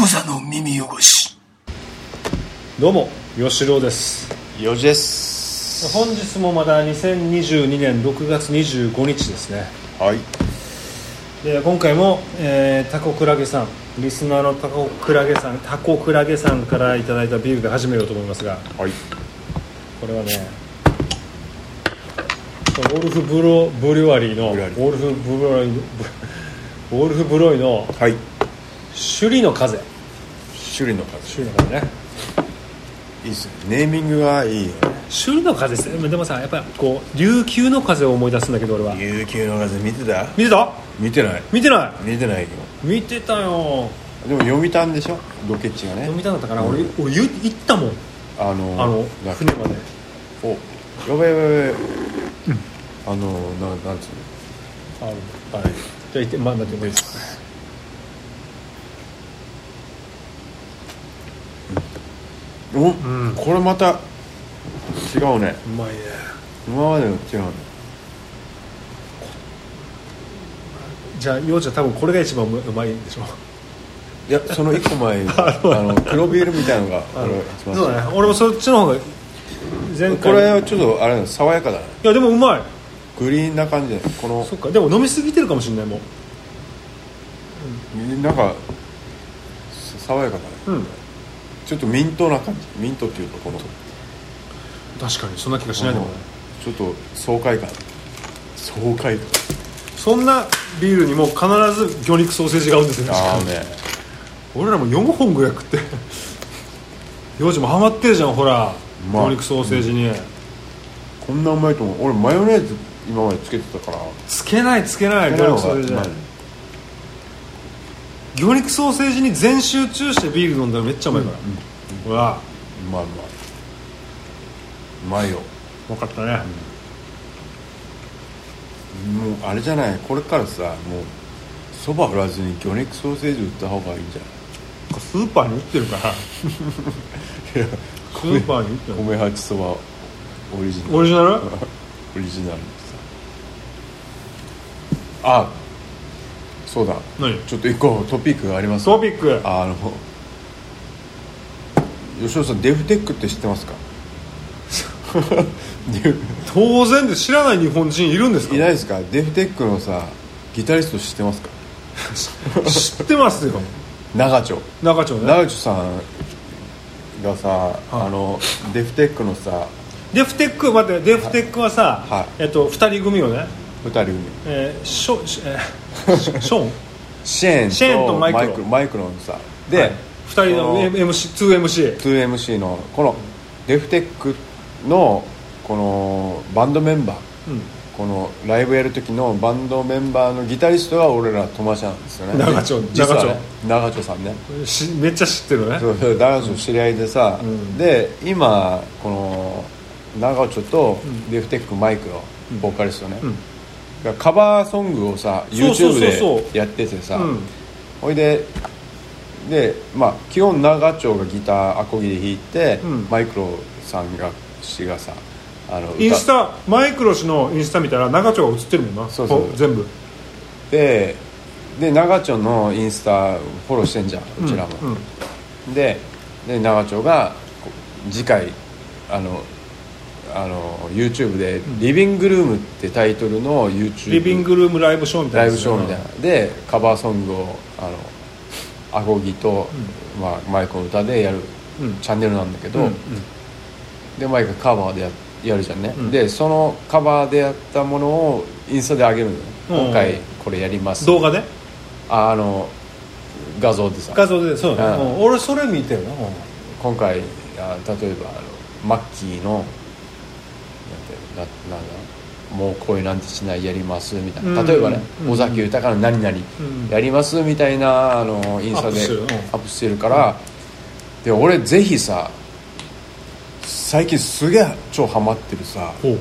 座の耳汚し。 どうも吉郎です。 よじです。 本日もまだ2022年6月25日ですね。 はい。 で今回も、タコクラゲさん、リスナーのタコクラゲさんからいただいたビールで始めようと思いますが、 はい。 これはね、オルフブリュワリーのオルフブロイのはい。 首里の風。 首里の風。 首里の風ね。 いいですね。ネーミングがいいよね。 首里の風ですね。でもさ、やっぱこう琉球の風を思い出すんだけど、俺は。 琉球の風見てた？ 見てた？ 見てない。 見てない。 見てないよ。 見てたよ。 でも読谷でしょ。ロケ地がね。 読谷だったかな。俺行ったもん。船まで。 お、やばい。なんつうの。 はい。じゃあ行って待ってもいいですか。 お、これまた違うね。 うまいね。 今までの違うね。 じゃあようちゃん多分これが一番うまいんでしょ。 いや、その一個前黒ビールみたいなのが俺一番そうだね。俺もそっちの方が前回。 これはちょっとあれ爽やかだね。 いやでもうまい。 グリーンな感じでこの。 そっか。でも飲みすぎてるかもしれないもん。 なんか爽やかだね。 うん。 ちょっとミントな感じ。ミントっていうとこの確かにそんな気がしないでもない。 ちょっと爽快感。 そんなビールにも必ず魚肉ソーセージが合うんですよね。 ああね。 俺らも4本ぐらい食って幼児もハマってるじゃん。ほら、魚肉ソーセージに、 こんなうまいと思う。俺マヨネーズ今までつけてたから。 つけない魚肉ソーセージ。魚肉ソーセージに全集中してビール飲んだらめっちゃうまいから、うわうまいよ。 分かったね、 もうあれじゃない、これからさ、もうそば売らずに魚肉ソーセージ売った方がいいんじゃない？ スーパーに売ってるからスーパーに売ってる。 米八そばオリジナルオリジナルオリジナルさ。あ、そうだ。 何？ ちょっと一個トピックがあります。 トピック。 吉尾さん、デフテックって知ってますか？ 当然で知らない日本人いるんですか？ いないですか？デフテックのさ、ギタリスト知ってますか？ 知ってますよ。 長丁ね。 長丁さんがさ、デフテックのさ、 デフテックはさ、2人組よね。 2人組。 シェーンとマイクロのさで、2人の 2MC のこのデフテックのこのバンドメンバー、このライブやる時のバンドメンバーのギタリストが俺ら友達なんですよね。長丁さんね。 めっちゃ知ってるね。 そう長丁知り合いでさ、で今この長丁とデフテックマイクロボーカリストね、カバーソングをさ YouTube でやっててさ、ほいでまあ基本長丁がギターアコギで弾いて、マイクロさんがさインスタ、マイクロ氏のインスタ見たら長丁が映ってるもんな。そう全部で長丁のインスタフォローしてんじゃん、うちらも、で長丁が次回YouTube でリビングルームってタイトルの YouTube リビングルームライブショーみたいなでカバーソングをアコギと、マイクの歌でやるチャンネルなんだけど、で毎回カバーでやるじゃんね、でそのカバーでやったものをインスタで上げるのよ、今回これやります。 動画で画像でさ。 画像で、そうだね、俺それ見てるな。 今回例えばマッキーのなんだもう恋なんてしないやりますみたいな、例えばね、尾崎豊の何々やりますみたいなインスタでアップしてるから、で俺ぜひさ、最近すげえ超ハマってるさ、邦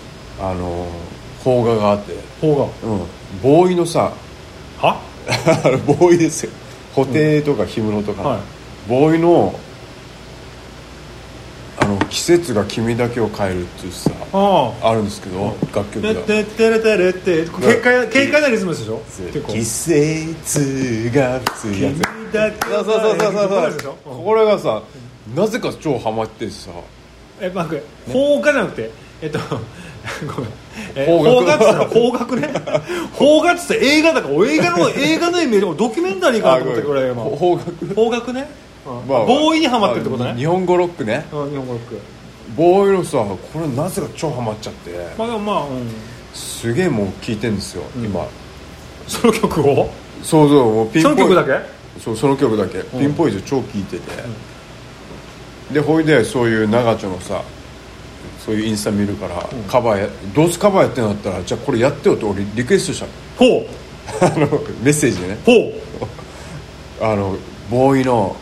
画があって、ボーイのさ、ボーイですよ、布袋とか氷室とか、ボーイの季節が君だけを変えるっていうさあるんですけど、楽曲がてってれてれって軽快なリズムですでしょ。 季節がついやつ、そうこれがさ、なぜか超ハマってさ、 マーク邦画じゃなくてごめん、邦画っつったら邦楽ね邦画っつったら映画だから、映画のイメージ、ドキュメンタリーかなと思って、これ邦楽ね、ボーイにハマってるってことね。 日本語ロックね、 日本語ロック、 ボーイのさ、これなぜか超ハマっちゃって、すげえもう聴いてんですよ、今その曲を。 そうもうピンポイント、 その曲だけ、 その曲だけピンポイント超聴いてて、でほいでそういう長丁のさ、そういうインスタ見るから、カバーどうせカバーやってんだったら、じゃあこれやってよって俺リクエストしたほうメッセージでね、 ほうボーイの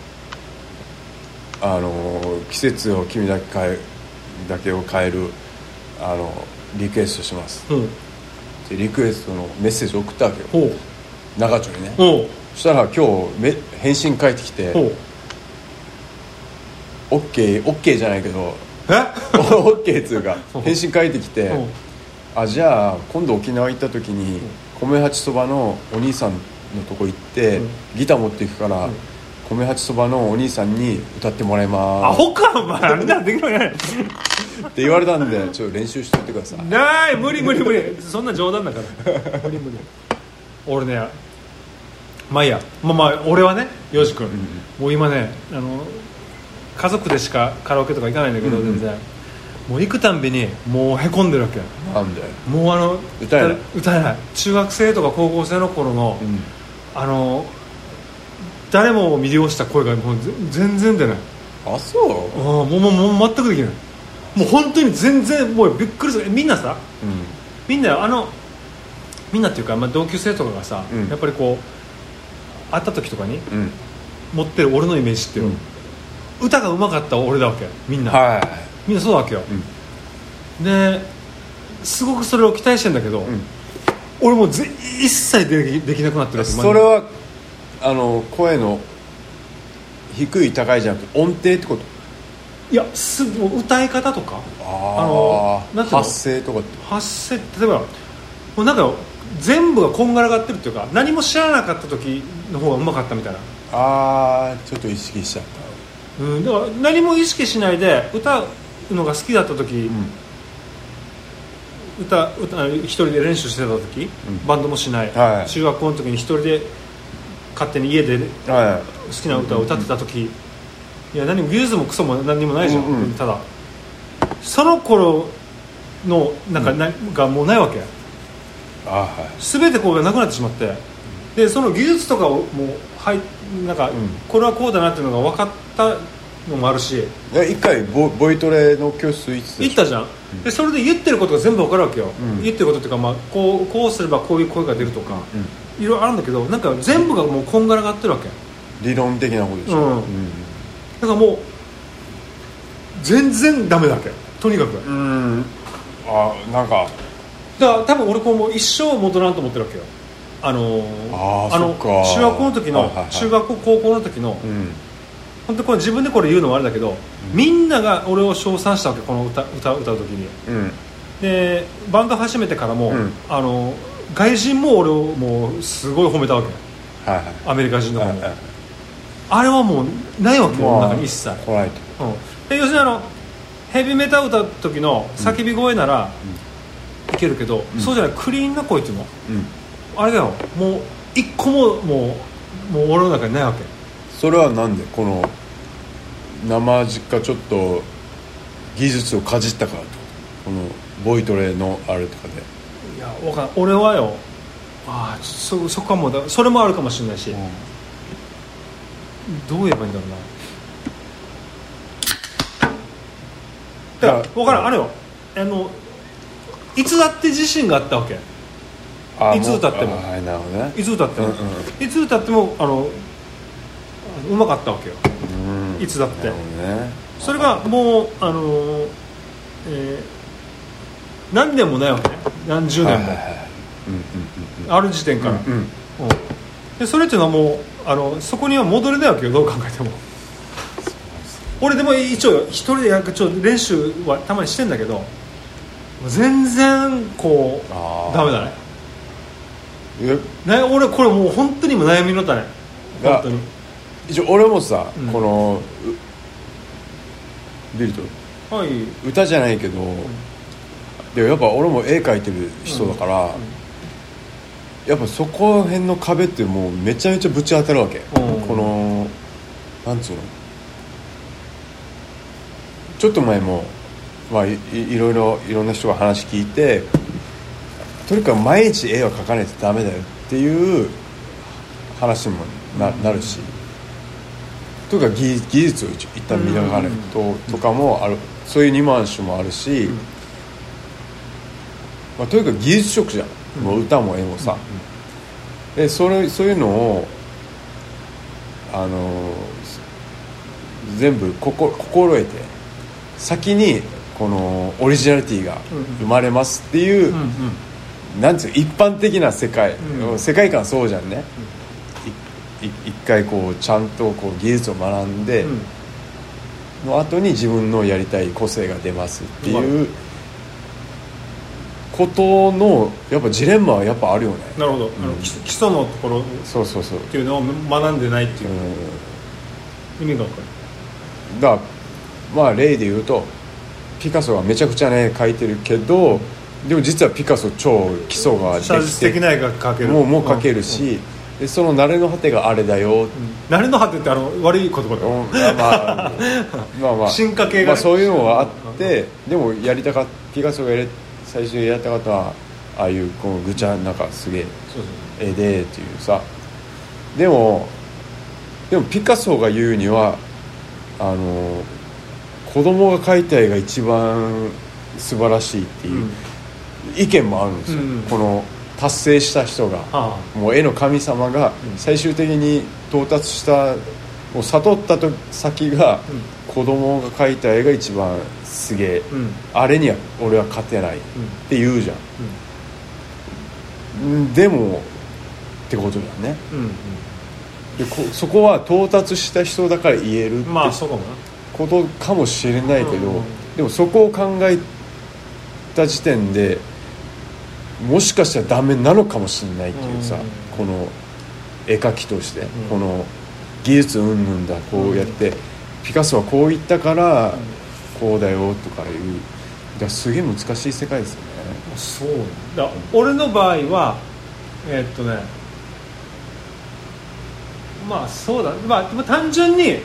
季節を君だけを変えるリクエストします、でリクエストのメッセージ送ったわけよ、長丁にね。そしたら今日返信返ってきて、OK じゃないけどOK っつうか返信返ってきて、じゃあ今度沖縄行った時に米八そばのお兄さんのとこ行って、ギター持っていくから、米八そばのお兄さんに歌ってもらいます。 アホかお前、あれなんできるのねって言われたんで、ちょっと練習しておいてください。 ない無理そんな冗談だから無理俺ね、まあいいや、俺はね、よし君、もう今ね、家族でしかカラオケとか行かないんだけど、全然もう行くたんびにもうへこんでるわけ。 なんで？ もう歌えない。中学生とか高校生の頃の、誰もを魅了した声がもう全然出ない。 あ、そう？ もう全くできない。もう本当に全然もうびっくりする。みんなさ、みんなみんなっていうか、同級生とかがさ、やっぱりこう会った時とかに、持ってる俺のイメージっていうの、歌が上手かった俺だわけ、みんな、みんなそうだわけよ、ですごくそれを期待してんだけど、俺もう一切できなくなってるわけ。 それは声の低い高いじゃなくて音程ってこと？ いや、歌い方とか、なんていうの、 発声とかって。 発声、例えばもうなんか全部がこんがらがってるっていうか、何も知らなかった時の方が上手かったみたいな。 ちょっと意識しちゃった。 だから何も意識しないで歌うのが好きだった時、一人で練習してた時、バンドもしない、中学校の時に一人で勝手に家で好きな歌を歌ってた時、いや、何も技術もクソも何もないじゃん、ただその頃のなんか、がもうないわけ。全てこうがなくなってしまって、でその技術とかをもうなんか、これはこうだなっていうのが分かったのもあるし、 一回ボイトレの教室行ったじゃん、でそれで言ってることが全部分かるわけよ、言ってることっていうか、こうすればこういう声が出るとか、いろいろあるんだけど、なんか全部がもうこんがらがってるわけ。 理論的なことでしょ。 だからもう全然ダメだわけ、とにかく。 なんかだから多分俺もう一生戻らんと思ってるわけよ。中学校の時の、中学校高校の時の、本当これ自分でこれ言うのもあれだけど、みんなが俺を称賛したわけ、この歌う時に、でバンド始めてからも、外人も俺をもうすごい褒めたわけ、アメリカ人とかも、あれはもうないわけよ、中に一切。で要するにヘビメタ歌う時の叫び声ならいけるけど、そうじゃないクリーンな声っていうの、あれだよ、もう一個ももう俺の中にないわけ。 それはなんでこの生実家ちょっと技術をかじったからと、このボイトレのあれとかで。 いや、わかんない。俺はよ、そこはもうそれもあるかもしれないし、どう言えばいいんだろうな。だから分からん、あれよ、いつだって自信があったわけ。いつ歌っても、いつ歌っても、いつ歌ってもうまかったわけよ、いつだって。それがもう何年もないわけね、何十年も、ある時点から、でそれっていうのはもうそこには戻れないわけよ、どう考えても。 俺でも一応一人でちょっと練習はたまにしてんだけど全然こうダメだね。俺これもう本当に今悩みの種。本当に一応俺もさ、このビルト、はい、歌じゃないけど、でやっぱ俺も絵描いてる人だから、やっぱそこら辺の壁ってもうめちゃめちゃぶち当たるわけ、このなんつうの、ちょっと前も、まあ、いろんな人が話聞いて、とにかく毎日絵を描かないとダメだよっていう話にも なるし、とにかく技術を一旦見ながらとかもある、そういうニュアンスもあるし、まあ、とにかく技術職じゃん、もう歌も絵もさ、でそういうのを全部心得て先にこのオリジナリティが生まれますっていう、なんていう一般的な世界観そうじゃんね、一回こうちゃんとこう技術を学んで、の後に自分のやりたい個性が出ますっていうことのやっぱジレンマはやっぱあるよね。 なるほど、基礎のところっていうのを学んでないっていう、意味が分かる。 だからまあ例で言うとピカソがめちゃくちゃね描いてるけど、でも実はピカソ超基礎ができて、 写実的な絵が描ける、 もう描けるし、でその慣れの果てがあれだよ、 慣れの果てって悪い言葉だよ、まあ進化系が、 まあ、そういうのがあって、でもピカソが最初にやりたかったのはああいうこのぐちゃなんかすげえ絵でっていうさ、でもピカソが言うには子供が描いた絵が一番素晴らしいっていう意見もあるんですよ、この達成した人が、もう絵の神様が最終的に到達したもう悟った先が子供が描いた絵が一番すげえ、あれには俺は勝てないって言うじゃん、でもってことだよね、でそこは到達した人だから言えるってことかもしれないけど、でもそこを考えた時点でもしかしたらダメなのかもしれないっていうさ、この絵描きとして、この技術云々だこうやって、ピカソはこう言ったからこうだよとかいう、すげえ難しい世界ですよね。 そうだ、俺の場合はまあそうだ、まあ単純に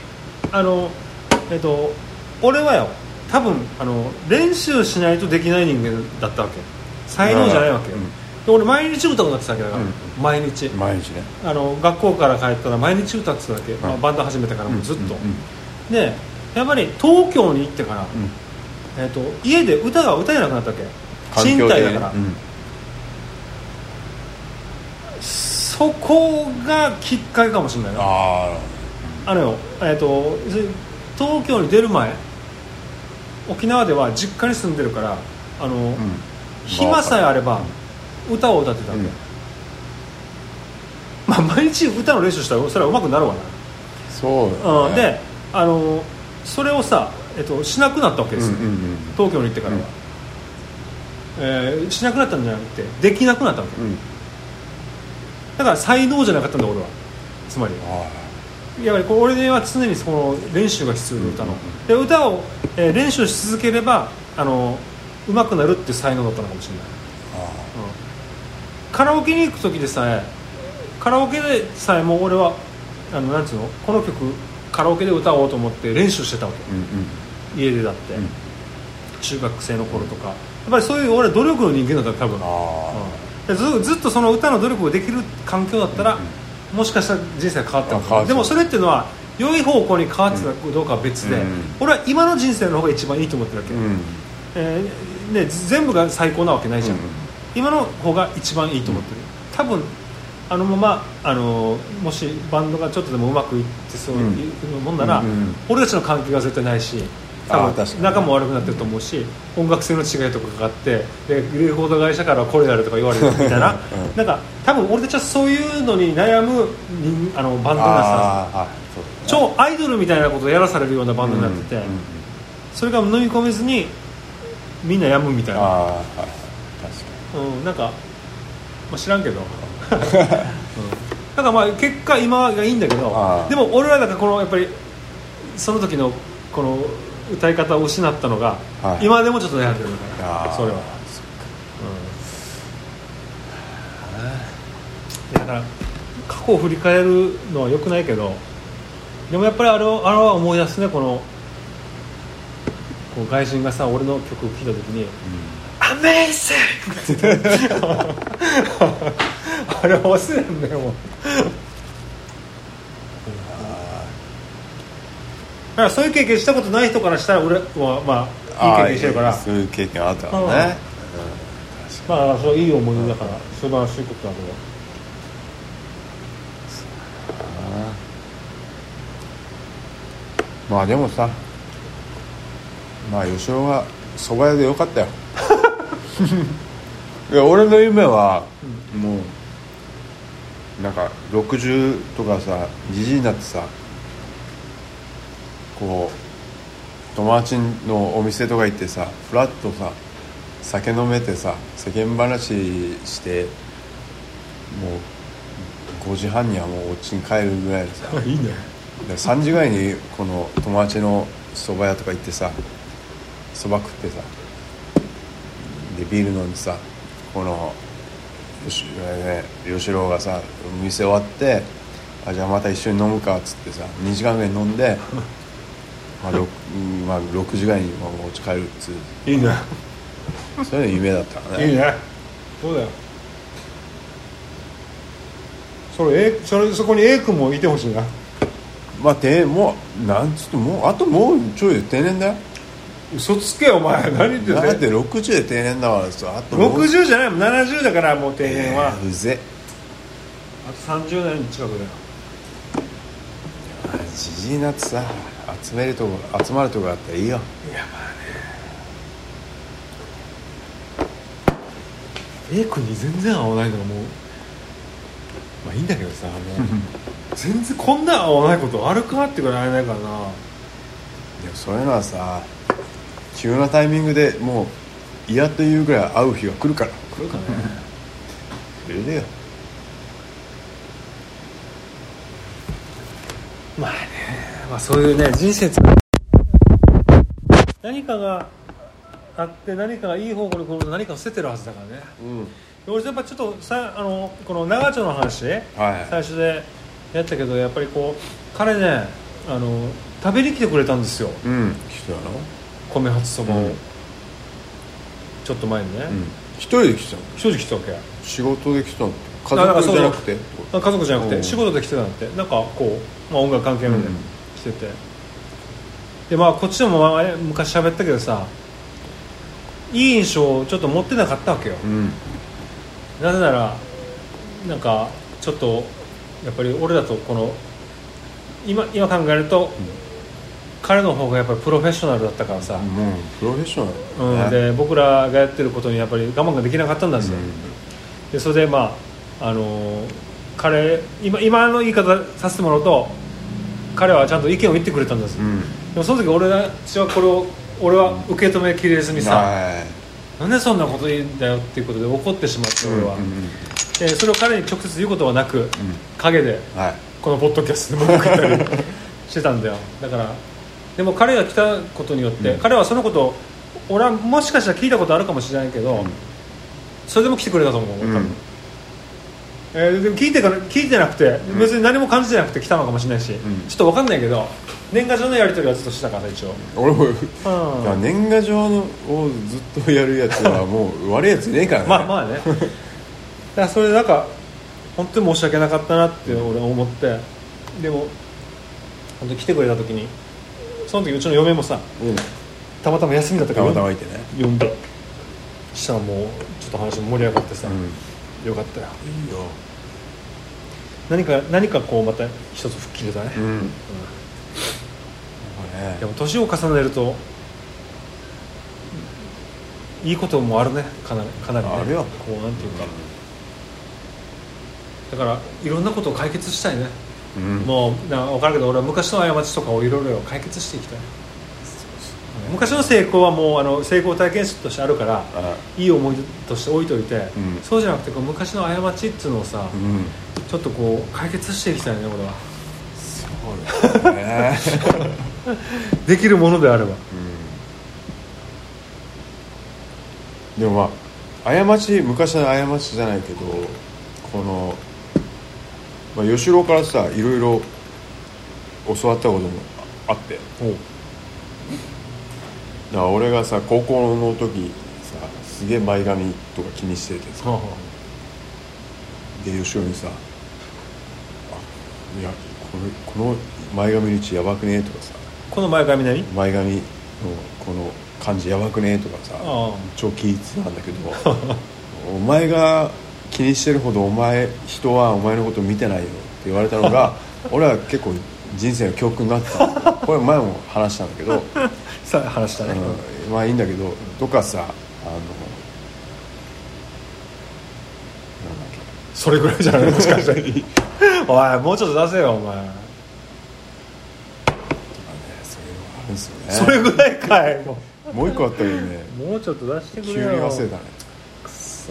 俺はよ多分練習しないとできない人間だったわけ、才能じゃないわけよ、で俺毎日歌うなってたわけだから、毎日ね、学校から帰ったら毎日歌ってたわけ、バンド始めてからもずっと、でやっぱり東京に行ってから、家で歌えなくなったわけ、賃貸だから、そこがきっかけかもしれないな。東京に出る前沖縄では実家に住んでるから暇さえあれば歌を歌ってたわけ、まあ毎日歌の練習したらそれは上手くなるわな。 そうだね、 でそれをさ、しなくなったわけですよ、東京に行ってからは、しなくなったんじゃなくてできなくなったわけ、だから才能じゃなかったんだ俺は。つまりやっぱり俺には常にその練習が必要で歌の、で歌を、練習し続ければ上手くなるっていう才能だったのかもしれない。カラオケに行く時でさえもう俺はなんつうの、この曲カラオケで歌おうと思って練習してたわけ、家でだって、中学生の頃とかやっぱりそういう俺は努力の人間だったら多分、ずっとその歌の努力をできる環境だったら、もしかしたら人生が変わったかも。でもそれっていうのは良い方向に変わってたかどうかは別で、俺は今の人生の方が一番いいと思ってるわけ、全部が最高なわけないじゃん、今の方が一番いいと思ってる、多分ままもしバンドがちょっとでもうまくいってそういうもんなら、俺たちの関係が絶対ないし、多分仲も悪くなってると思うし、音楽性の違いとかがあって、でレコード会社からこれやるとか言われるみたいななんか多分俺たちはそういうのに悩むバンドがさ、 超アイドルみたいなことをやらされるようなバンドになってて、それが飲み込めずにみんなやむみたいな。 はい、確かに、なんか、まあ、知らんけどなんかまあ結果今がいいんだけど、でも俺らだからこのやっぱりその時のこの歌い方を失ったのが、今でもちょっと悩んでるから、それは。だから過去を振り返るのは良くないけど、でもやっぱりあれは思い出すね。この外人がさ俺の曲を聴いた時にアメイジングあれ忘れんねもうだからそういう経験したことない人からしたら俺はまあいい経験してるから、 そういう経験あったからね、 まあそういい思い出だから素晴らしいことだけど、 まあでもさ、まあ吉尾は蕎麦屋でよかったよいや俺の夢は、もうなんか60とかさじじいになってさ、こう友達のお店とか行ってさフラッとさ酒飲めてさ世間話してもう5時半にはもうお家に帰るぐらいでさいいね。 3時ぐらいにこの友達の蕎麦屋とか行ってさ蕎麦食ってさでビール飲んでさ、この吉郎がさ店終わってじゃあまた一緒に飲むかっつってさ2時間ぐらい飲んで6時ぐらいにもうお家帰るっつう。 いいね。 そういうの夢だったからね。 いいね。そうだよ。そこに A 君もいてほしいな。 まあもうなんつってもうちょいで定年だよ。 嘘つけよお前。何言ってんだよ。 だって60で定年だからさ、あと 60じゃないもん、70だからもう定年は、 うぜあと30年近くだよ。 じじいになってさ集まるとこあったらいいよ。 いやまあね A 君に全然合わないのがもうまあいいんだけどさ、もう全然こんな合わないことあるかってぐらい合えないからな。 でもそういうのはさ急なタイミングでもう嫌というぐらい会う日が来るから。 来るかね。 来るよ。 まあね、まあそういうね人生何かがあって何かがいい方向に来ると何かを捨ててるはずだからね。俺やっぱちょっとさこの長丁の話、最初でやったけどやっぱりこう彼ね食べに来てくれたんですよ。 来たの米初そばを、ちょっと前にね、 一人で来たの？ 一人で来たわけ。 仕事で来たの？家族じゃなくて？ 家族じゃなくて仕事で来てたんだって。なんかこう、音楽関係ので来てて、でまあこっちでも昔喋ったけどさ、いい印象をちょっと持ってなかったわけよ。なぜならなんかちょっとやっぱり俺だとこの今考えると、彼の方がやっぱりプロフェッショナルだったからさ、 プロフェッショナル、 で僕らがやってることにやっぱり我慢ができなかったんですよ。でそれでまあ彼今の言い方させてもらうと彼はちゃんと意見を言ってくれたんです、でもその時俺は受け止めきれずにさ、なんでそんなこと言うんだよっていうことで怒ってしまって俺は、でそれを彼に直接言うことはなく、陰で、このポッドキャストで文句言ったりしてたんだよ。だからでも彼が来たことによって、彼はそのことを俺はもしかしたら聞いたことあるかもしれないけど、それでも来てくれたと思う、多分。でも聞いてなくて別に何も感じてなくて来たのかもしれないし、ちょっと分かんないけど年賀状のやり取りはずっとしたから一応。 俺も、年賀状をずっとやるやつはもう悪いやつねえからねまあねだからそれでなんか本当に申し訳なかったなって俺は思って、でも本当に来てくれた時にその時うちの嫁もさ、たまたま休みだったからたまたまいてね呼んでしたらもうちょっと話も盛り上がってさ、よかったよ。 いいよ。 何かこうまた一つ吹っ切れたね。でも年を重ねるといいこともあるね、かなりね。 あるよ。 こうなんていうか、だからいろんなことを解決したいね。 もう分かるけど俺は昔の過ちとかをいろいろ解決していきたい。昔の成功はもう成功体験としてあるからいい思い出として置いといて、そうじゃなくてこう昔の過ちっていうのをさ、ちょっとこう解決していきたいね俺は。 そうですねできるものであれば、 でも過ち、昔の過ちじゃないけどこの、吉郎からさいろいろ教わったこともあって、だから俺がさ高校の時さすげえ前髪とか気にしててさ、で吉尾にさ「いやこの前髪の位置やばくね?」とかさ「 この前髪何？ 前髪のこの感じやばくね?」とかさ超気ぃつなんだけどお前が気にしてるほど人はお前のこと見てないよって言われたのが俺は結構人生の教訓になってたんだ。これ前も話したんだけどさあ話したね、 まあいいんだけどとかさなんだっけそれぐらいじゃないもしかしておいもうちょっと出せよお前、そういうのあるんですよね。それぐらいかい。 もう一個あったけどねもうちょっと出してくれよ。 急に忘れたね。 くそ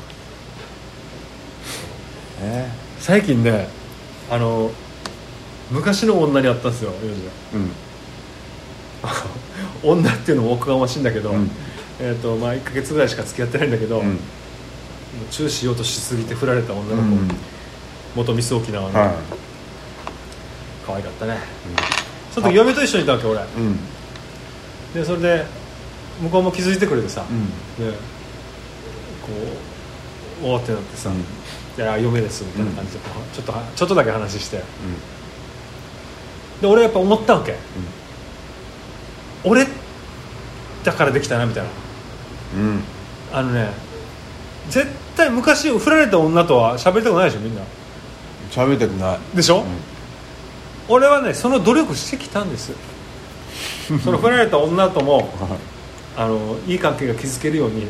最近ね昔の女に会ったんですよ、女っていうのもおこがましいんだけど、1ヶ月ぐらいしか付き合ってないんだけど、チューしようとしすぎて振られた女の子、元ミス沖縄の、可愛かったね、その時嫁と一緒にいたわけ俺、でそれで向こうも気づいてくれてさ、でこうおーってなってさ、いや嫁ですみたいな感じでちょっとだけ話して、で俺やっぱ思ったわけ、俺だからできたなみたいな、絶対昔振られた女とは喋りたくないでしょ、みんな喋りたくないでしょ、俺はねその努力してきたんですその振られた女ともいい関係が築けるように、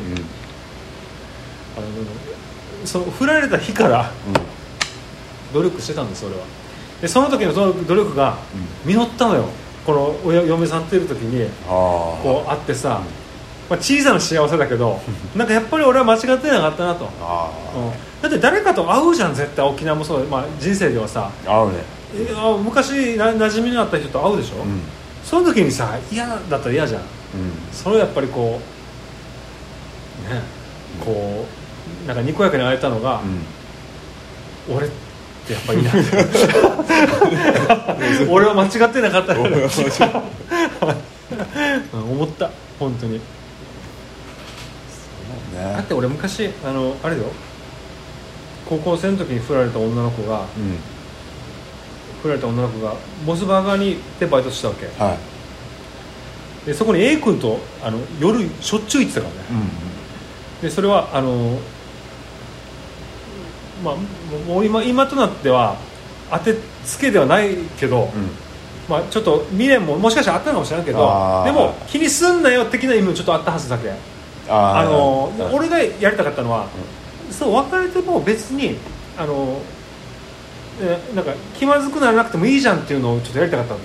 その振られた日から努力してたんです俺は。でその時のその努力が実ったのよ、この嫁さんといる時にこう会ってさ、小さな幸せだけどなんかやっぱり俺は間違ってなかったなと、だって誰かと会うじゃん絶対。沖縄もそう、人生ではさ会うね、 昔馴染みのあった人と会うでしょ、その時にさ嫌だったら嫌じゃん、それをやっぱりこうねこうなんかにこやかに会えたのが、俺ってやっぱりいいな俺は間違ってなかった思った本当に、だって俺昔あれだよ、高校生の時に振られた女の子が、モスバーガーでバイトしたわけ、でそこに A 君と夜しょっちゅう行ってたからね、でそれはもう今となっては当てつけではないけど、ちょっと未練ももしかしたらあったかもしれないけど、でも気にすんなよ的な意味もちょっとあったはずだけ。俺がやりたかったのは、そう別れても別になんか気まずくならなくてもいいじゃんっていうのをちょっとやりたかったわけ、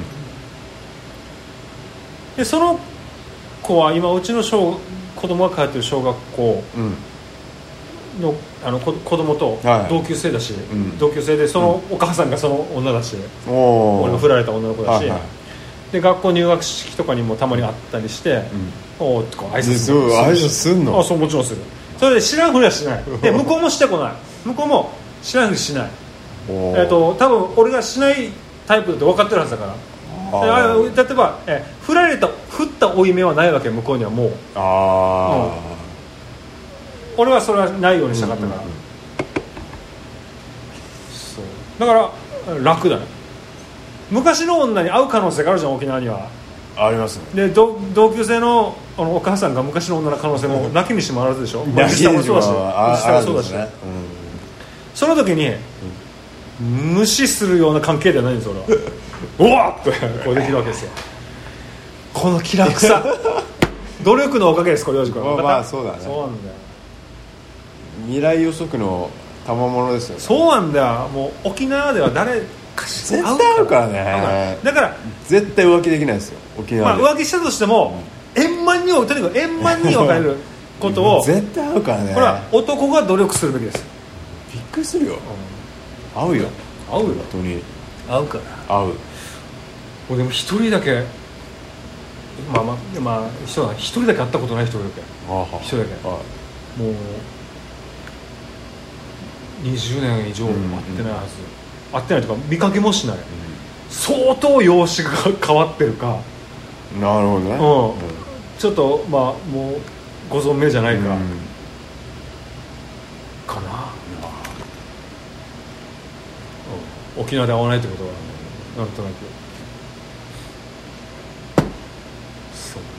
でその子は今うちの子供が通ってる小学校の、子供と同級生だし、同級生でそのお母さんがその女だし、俺が振られた女の子だし、で学校入学式とかにもたまに会ったりして、おーってこう挨拶すんの？ そうもちろんする。それで知らんふりはしないで向こうもしてこない、向こうも知らんふりしない。多分俺がしないタイプだって分かってるはずだから。例えば振った負い目はないわけ、向こうにはもう。俺はそれはないようにしたかったから、そうだから楽だね。昔の女に会う可能性があるじゃん、沖縄には。 ありますね。 で同級生のお母さんが昔の女の可能性もなきにしもあらずでしょ。 なきにしもあらずですね。 その時に、無視するような関係ではないんです俺はうわっとこうできるわけですよこの気楽さ努力のおかげです、これ。洋次君そうだね。 そうなんだよ、 未来予測の賜物ですよね。 そうなんだよ。もう沖縄では誰絶対合うからね。 だから絶対浮気できないですよ沖縄で、 浮気したとしても、円満にとにかく円満に別れることを絶対合うからね。 これは男が努力するべきです。 びっくりするよ、合うよ合うよ、 本当に合うから合う。 俺でも一人だけ一人だけ会ったことない人がいるけ一人だけもう20年以上会ってないはず、会ってないとか見かけもしない、相当容姿が変わってるか、 なるほどね、 ちょっともうご存命じゃないか、かな、沖縄で会わないってことはなんとなくそうね。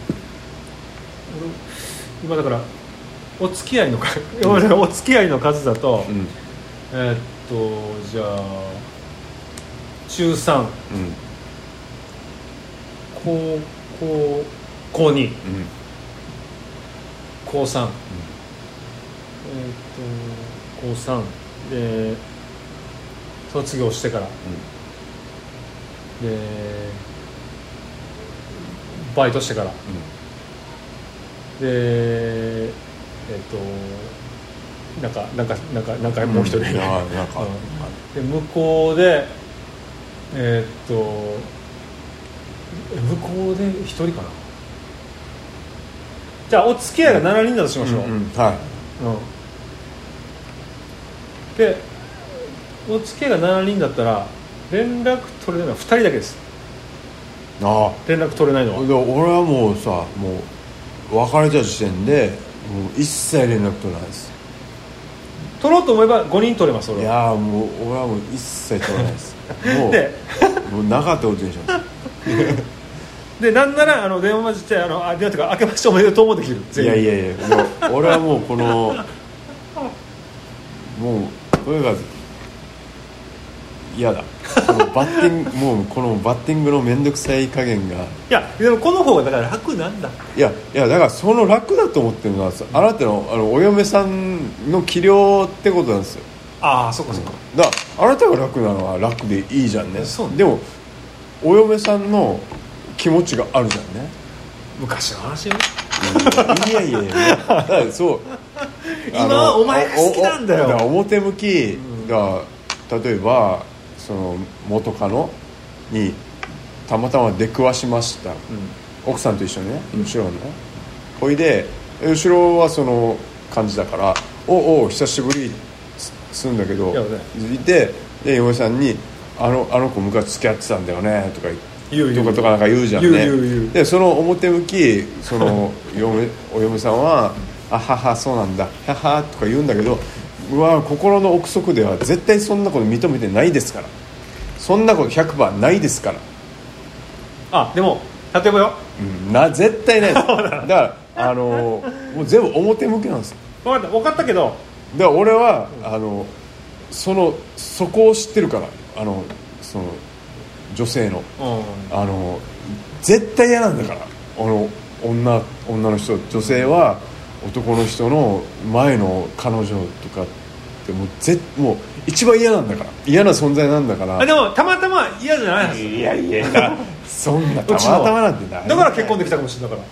今だからお付き合いの数だと、じゃあ中3、高2、高3、高3で卒業してから、でバイトしてから、でなんかもう一人、で向こうで向こうで一人かな。じゃあお付き合いが7人だとしましょう、でお付き合いが7人だったら連絡取れないのは2人だけです。連絡取れないのは。 俺はもうさ、もう別れた時点でもう一切連絡取らないです。 取ろうと思えば5人取れます。俺は。 いやもう俺はもう一切取らないですもうなかったことにしますでなんなら電話して電話とか明けましておめでとうもできる。 いや俺はもうこのもうとにかく嫌だこのバッティングもうこのバッティングのめんどくさい加減が。 いやでもこの方がだから楽なんだ。 いやだからその楽だと思ってるのはあなたのお嫁さんの器量ってことなんですよ。 そっかそっか。 だからあなたが楽なのは楽でいいじゃんね。 そうね。 でもお嫁さんの気持ちがあるじゃんね。 昔の話よ。 いやだからそう今はお前が好きなんだよ。 だから表向きが、例えばその元カノにたまたま出くわしました、奥さんと一緒にね、後ろにね。ほいで後ろはその感じだからお久しぶりするんだけど、いてで嫁さんにあの子昔付き合ってたんだよねとかとかなんか言うじゃんね。でその表向きそのお嫁さんはあははそうなんだははとか言うんだけど、心の奥底では絶対そんなこと認めてないですから。そんなこと 100% ないですから。 でも例えばよ、 絶対ないですだからもう全部表向きなんですよ。 分かったけど、 だから俺は、そこを知ってるからその女性の、絶対嫌なんだから女の人女性は男の人の前の彼女とかってもう一番嫌なんだから、嫌な存在なんだから。 でもたまたま嫌じゃないはず。 いやそんなたまたまなんてない。 だから結婚できたかもしれないから。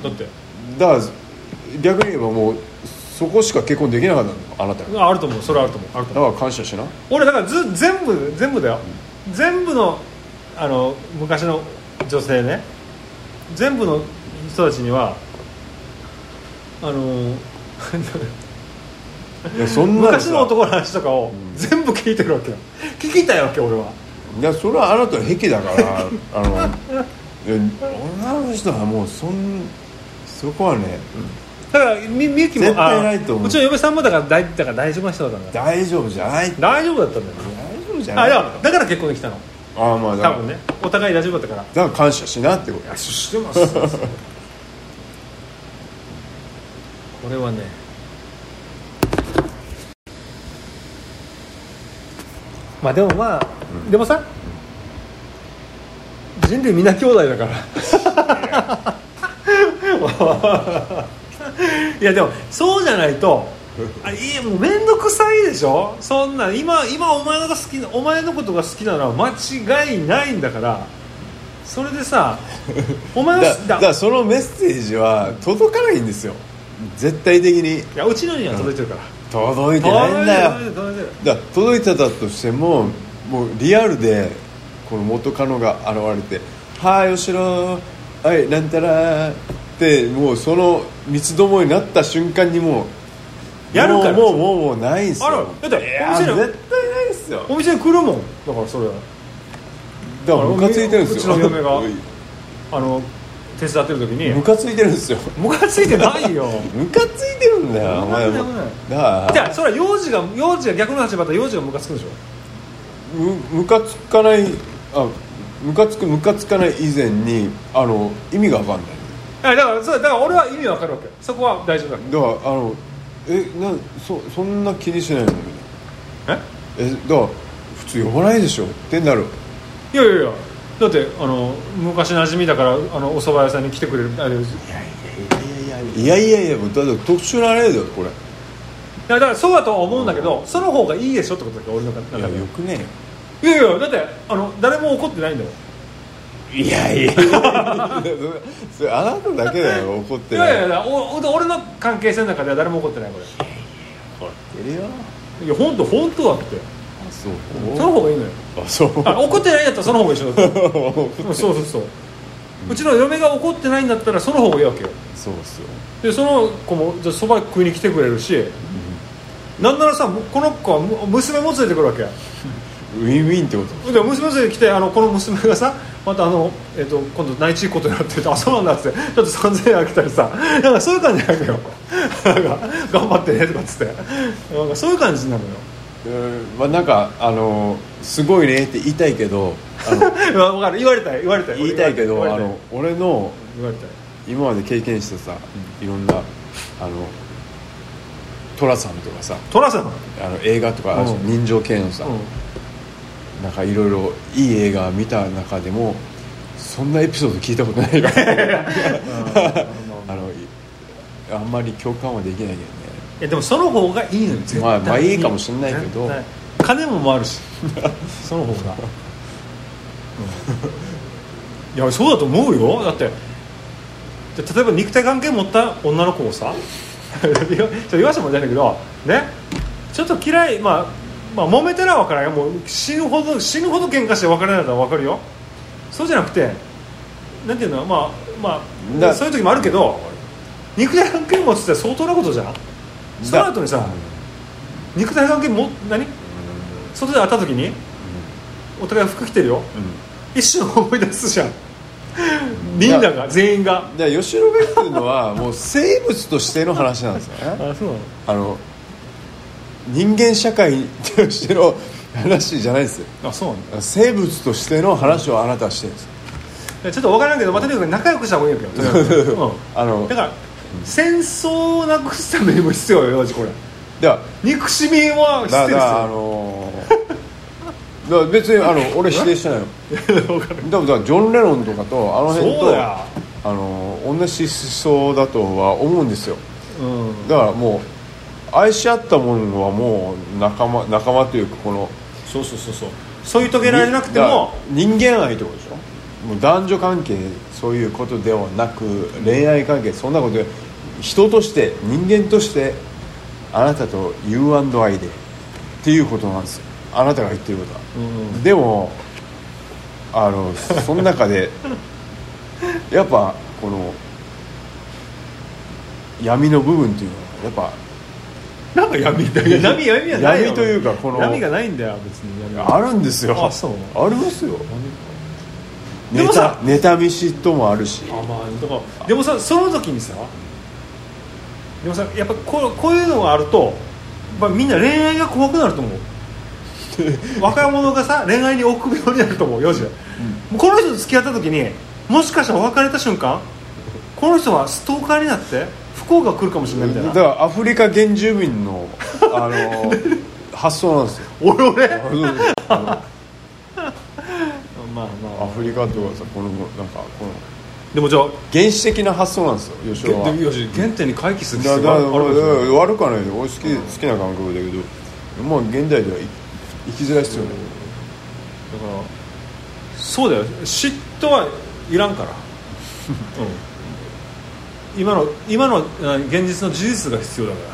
だから逆に言えばもうそこしか結婚できなかったんだよあなたが。 あると思う。それあると思う。だから感謝しな。 俺だから全部だよ、全部の昔の女性ね、全部の人たちにはいやそんな昔の男の話とかを全部聞いてるわけよ。聞きたいわけ俺は。 いやそれはあなたの癖だから女の人はもうそこはね、 だからみゆきも絶対ないと思う。 うちの嫁さんもだから大丈夫な人だったんだ。 大丈夫じゃない。 大丈夫だったんだよ。 大丈夫じゃない。 だから結婚できたの。多分ね、お互い大丈夫だったから。 だから感謝しなってこと。 いやしてますこれはね、でもでもさ、人類みんな兄弟だからいやでもそうじゃないともう面倒くさいでしょ。そんな今お前のことが好きなのは間違いないんだから。それでさお前はだからそのメッセージは届かないんですよ、絶対的に。 いやうちのには届いてるから、 届いてないんだよ。届いてたとしても、もうリアルでこの元カノが現れて「はい吉郎はいなんたら」ってもうその三つどもになった瞬間にもうやるからもうないんすよ。 だっていや絶対ないですよ。 お店に来るもんだから。それだからムカついてるんですよ。 うちの嫁が手伝ってる時にムカついてるんですよ。 ムカついてないよムカついてるんだよお前も。 じゃあそれは幼児が逆の立場だったら幼児がムカつくでしょ。 ムカつかないムカつかない以前に意味が分かんない。 だから俺は意味わかるわけ。そこは大丈夫だ。 だからそんな気にしないのみたいな。だから普通呼ばないでしょってなる。 いやだって昔馴染みだからお蕎麦屋さんに来てくれるみたいな。 いやだって特殊なあれだよこれ。 だからそうだとは思うんだけど、その方がいいでしょってことだけど俺の中で。 いやよくねいやだって誰も怒ってないんだよ。 いやそれあなただけだよ怒ってない。 いや俺の関係性の中では誰も怒ってないこれ。 怒ってるよ。 いや本当だって。 そうその方がいいのよ。怒ってないんだったらその方がいいでしょ。そううちの嫁が怒ってないんだったらその方がいいわけよ。 そうですよ。 でその子もじゃあそば食いに来てくれるし、なんならさこの子は娘も連れてくるわけや。 ウィンウィンってことで娘連れてきてこの娘がさまた今度内地行くことになってて、あそうなんだってちょっと3000円あげたりさ、なんかそういう感じなのよ。なんか頑張ってねとかっつってなんかそういう感じなのよ。 なんかすごいねって言いたいけど分かる言われたい言いたいけど俺の言われたい今まで経験してさ、いろんな寅さんとかさ映画とか人情系のさ、なんかいろいろいい映画見た中でもそんなエピソード聞いたことないからあんまり共感はできないけどね。 いやでもその方がいいのよ絶対に。 まあいいかもしれないけど金も回るしその方がいやそうだと思うよ。だって例えば肉体関係持った女の子をさ言わせてもらいたいんだけどね、ちょっと嫌い、まあ揉めたら分からんよ。もう死ぬほど喧嘩して別れないなら分かるよ。そうじゃなくてなんていうのそういう時もあるけど、肉体関係持つって相当なことじゃん。その後にさ肉体関係外で会った時にお互い服着てるよ、一瞬思い出すじゃんみんなが全員が。 吉野が言ってるのはもう生物としての話なんですよね。 あそうなの。 人間社会としての話じゃないですよ。 あそうなんだ。 生物としての話をあなたはしてるんですよ。 ちょっと分からんけど、とにかく仲良くした方がいいわけよ。だから戦争をなくすためにも必要よこれ。憎しみは必要ですよ。 別に俺否定してないよ。だからジョン・レノンとかと辺と同じ思想だとは思うんですよ、だからもう愛し合ったものはもう仲間というかそういう時計られなくても人間愛ってことでしょ。もう男女関係そういうことではなく恋愛関係そんなことで人として人間としてあなたと You&I でっていうことなんですよ、あなたが言ってることは、でもその中でやっぱこの闇の部分っていうのはやっぱなんか闇はないよ。 闇というかこの闇がないんだよ別に。 あるんですよ。 あそうありますよ。妬み嫉妬もあるし。 だからでもさその時にさやっぱこういうのがあるとみんな恋愛が怖くなると思う。若者がさ恋愛に臆病になると思うよ。この人と付き合った時にもしかしたら別れた瞬間この人はストーカーになって不幸が来るかもしれないみたいな。 だからアフリカ原住民の発想なんですよ。 俺アフリカとかさこのなんかこのでもじゃあ原始的な発想なんですよ吉尾は。 原点に回帰する必要だからがあるわけですよね。 悪くはないよ、俺好きな感覚だけど、まあ現代では生きづらいですよね。 だからそうだよ、嫉妬はいらんから、今の現実の事実が必要だから。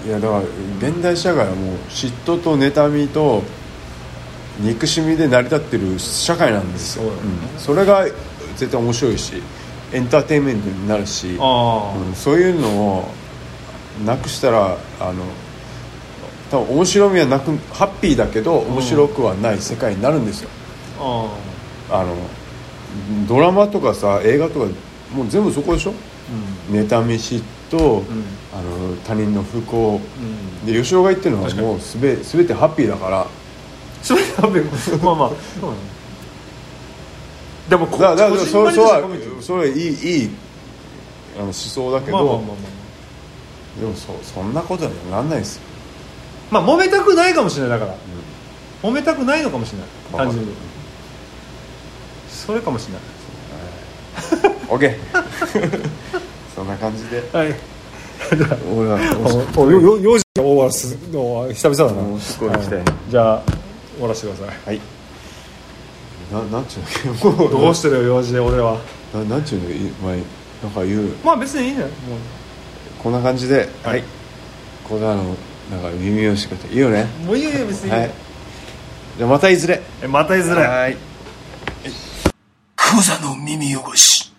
いやだから現代社会はもう嫉妬と妬みと憎しみで成り立ってる社会なんですよ。それが絶対面白いしエンターテインメントになるし、そういうのをなくしたら多分面白みはなく、ハッピーだけど面白くはない世界になるんですよ。ドラマとかさ映画とかもう全部そこでしょ、妬み嫉妬、他人の不幸、で吉尾が言ってるのはもう全てハッピーだから全てハッピーまあまあでもだからそれいい思想だけど、でもそんなことにはなんないですよ。 まあ揉めたくないかもしれない。だから、揉めたくないのかもしれない、単純にそれかもしれない。 OK そんな感じで、 はい。 俺は 4時終わらすのは久々だな。 もうすごい行きたい。 じゃあ終わらせてください。 はい。なんちゅうのもうどうしてるよ4時で俺は。 なんちゅうの前なんか言う。 まあ別にいいんだよ。もうこんな感じで、はい。こんなのなんか耳をしかていいよね。 もういいよ別に。はい。 じゃあまたいずれ。 またいずれ。 はい。 クザの耳汚し。